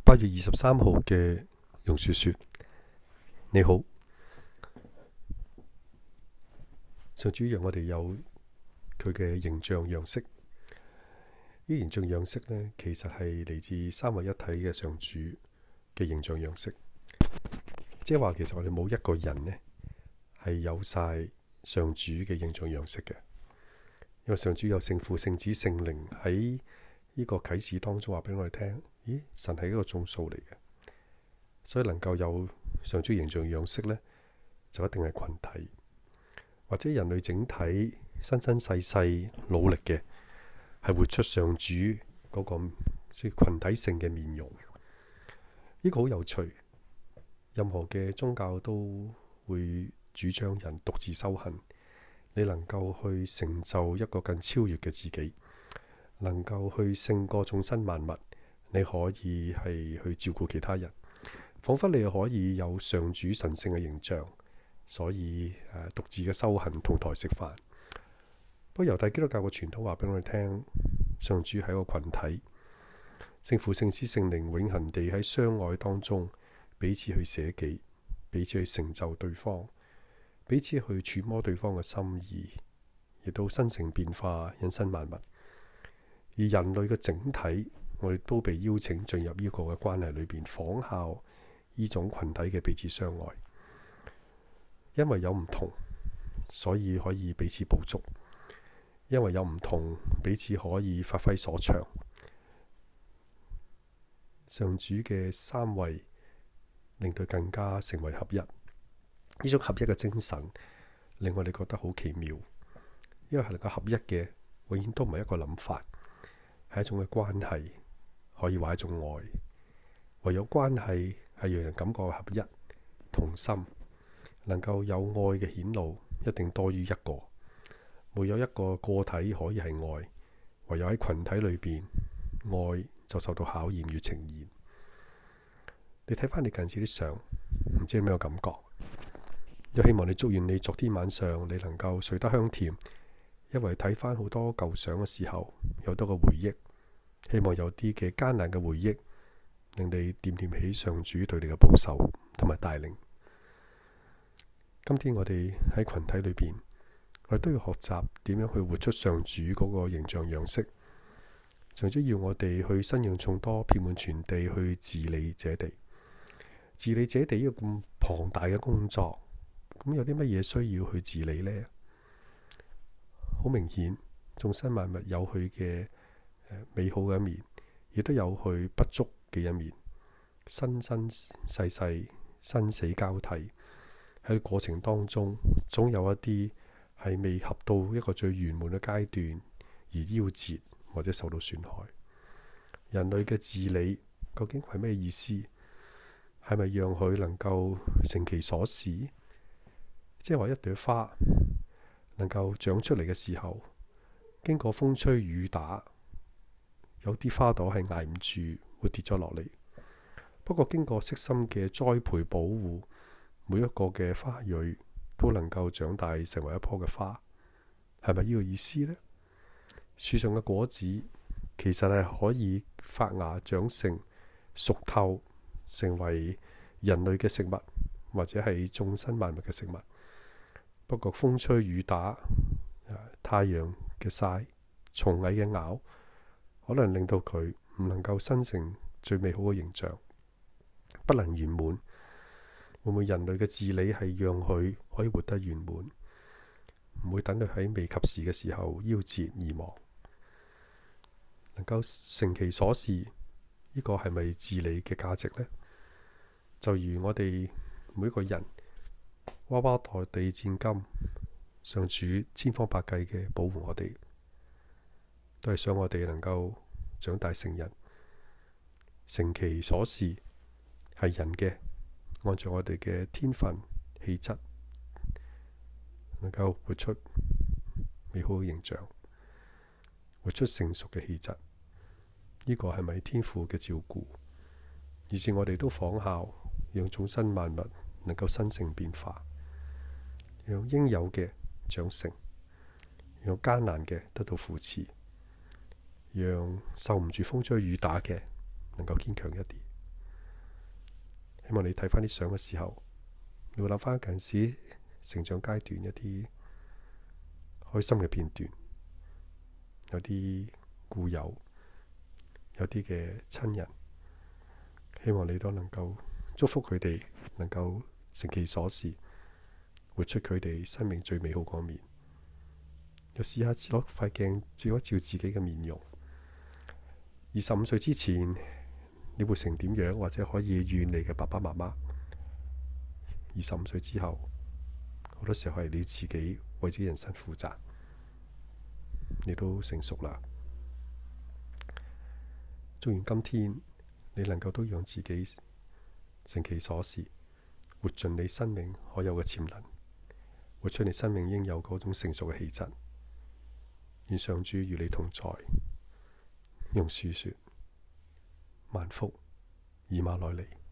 8月23號嘅榕樹說：你好，上主讓我哋有佢嘅形象樣式。呢形象樣式呢，其實係嚟自三位一體嘅上主嘅形象樣式。即係話，其實我哋冇一個人呢係有晒上主嘅形象樣式嘅，因為上主有聖父、聖子、聖靈喺呢個啟示當中話俾我哋聽。咦，神係一個眾數嚟嘅，所以能夠有上主形象樣式呢，就一定係群體，或者人類整體生生世世努力嘅，係活出上主嗰個即係群體性嘅面容。呢個好有趣，任何嘅宗教都會主張人獨自修行，你能夠去成就一個更超越嘅自己，能夠去勝過眾生萬物。你可以係去照顧其他人，彷彿你可以有上主神聖嘅形象，所以獨自嘅修行同台食飯。不過猶太基督教嘅傳統話俾我哋聽，上主係一個群體，聖父、聖子、聖靈永恆地喺相愛當中彼此去捨己，彼此去成就對方，彼此去揣摩對方嘅心意，亦都生成變化，引申萬物。而人類嘅整體，我哋都被邀請進入呢個嘅關係裏邊，仿效呢種群體嘅彼此相愛。因為有唔同，所以可以彼此補足；因為有唔同，彼此可以發揮所長。上主嘅三位令佢更加成為合一，呢種合一嘅精神令我哋覺得好奇妙。因為係能夠合一嘅，永遠都唔係一個諗法，係一種嘅關係。可以話一種愛，唯有關係係讓人感覺合一同心，能夠有愛嘅顯露，一定多於一個。沒有一個個體可以係愛，唯有喺群體裏邊，愛就受到考驗與呈現。你睇翻你近時啲相，唔知有咩感覺？又希望你祝願你昨天晚上你能夠睡得香甜，因為睇翻好多舊相嘅時候，有多個回憶。希望有啲嘅艱難嘅回憶，令你惦念起上主對你嘅保守同埋帶領。今天我哋喺群體裏邊，我哋都要學習點樣去活出上主嗰個形象樣式。上主要我哋去生養眾多，遍滿全地，去治理這地。治理這地呢個咁龐大嘅工作，咁有啲乜嘢需要去治理呢？好明顯，眾生萬物有佢嘅美好嘅一面，亦都有佢不足嘅一面。生生世世生死交替，喺過程當中，總有一啲係未合到一個最圓滿嘅階段而夭折或者受到損害。人類嘅治理究竟係咩意思？係咪讓佢能夠成其所是？即係話一朵花能夠長出嚟嘅時候，經過風吹雨打，有啲花朵係捱唔住，會跌咗落嚟。不過經過悉心嘅栽培保護，每一個嘅花蕊都能夠長大成為一棵嘅花，係咪呢個意思呢？樹上嘅果子其實係可以發芽長成、熟透，成為人類嘅食物，或者係眾生萬物嘅食物。不過風吹雨打、太陽嘅曬、蟲蟻嘅咬，可能令到佢唔能夠生成最美好嘅形象，不能圓滿。會唔會人類嘅治理係讓佢可以活得圓滿，唔會等佢喺未及時嘅時候夭折而亡，能夠成其所是？呢個係咪治理嘅價值呢？就如我哋每一個人呱呱墜地戰金，上主千方百計嘅保護我哋，都係想我哋能夠長大成人，成其所是，係人嘅，按照我哋嘅天分氣質，能夠活出美好嘅形象，活出成熟嘅氣質。呢個係咪天父嘅照顧？而是我哋都仿效，讓眾生萬物能夠生成變化，讓應有嘅長成，讓艱難嘅得到扶持，讓受唔住風吹雨打嘅能夠堅強一啲。 希望你睇翻啲相嘅時候，你會諗翻近時成長階段一啲開心嘅片段，有啲故友，有啲嘅親人，希望你都能夠祝福佢哋，能夠成其所是，活出佢哋生命最美好嗰面。又試下攞塊鏡照一照自己嘅面容。25歲之前你會成點樣，或者可以怨你嘅爸爸媽媽。25歲之後，好多時候係你自己為自己人生負責。你都成熟啦。祝願今天你能夠都讓自己成其所是，活盡你生命可有嘅潛能，活出你生命應有嗰種成熟嘅氣質。願上主與你同在。用書說：萬福以馬內利。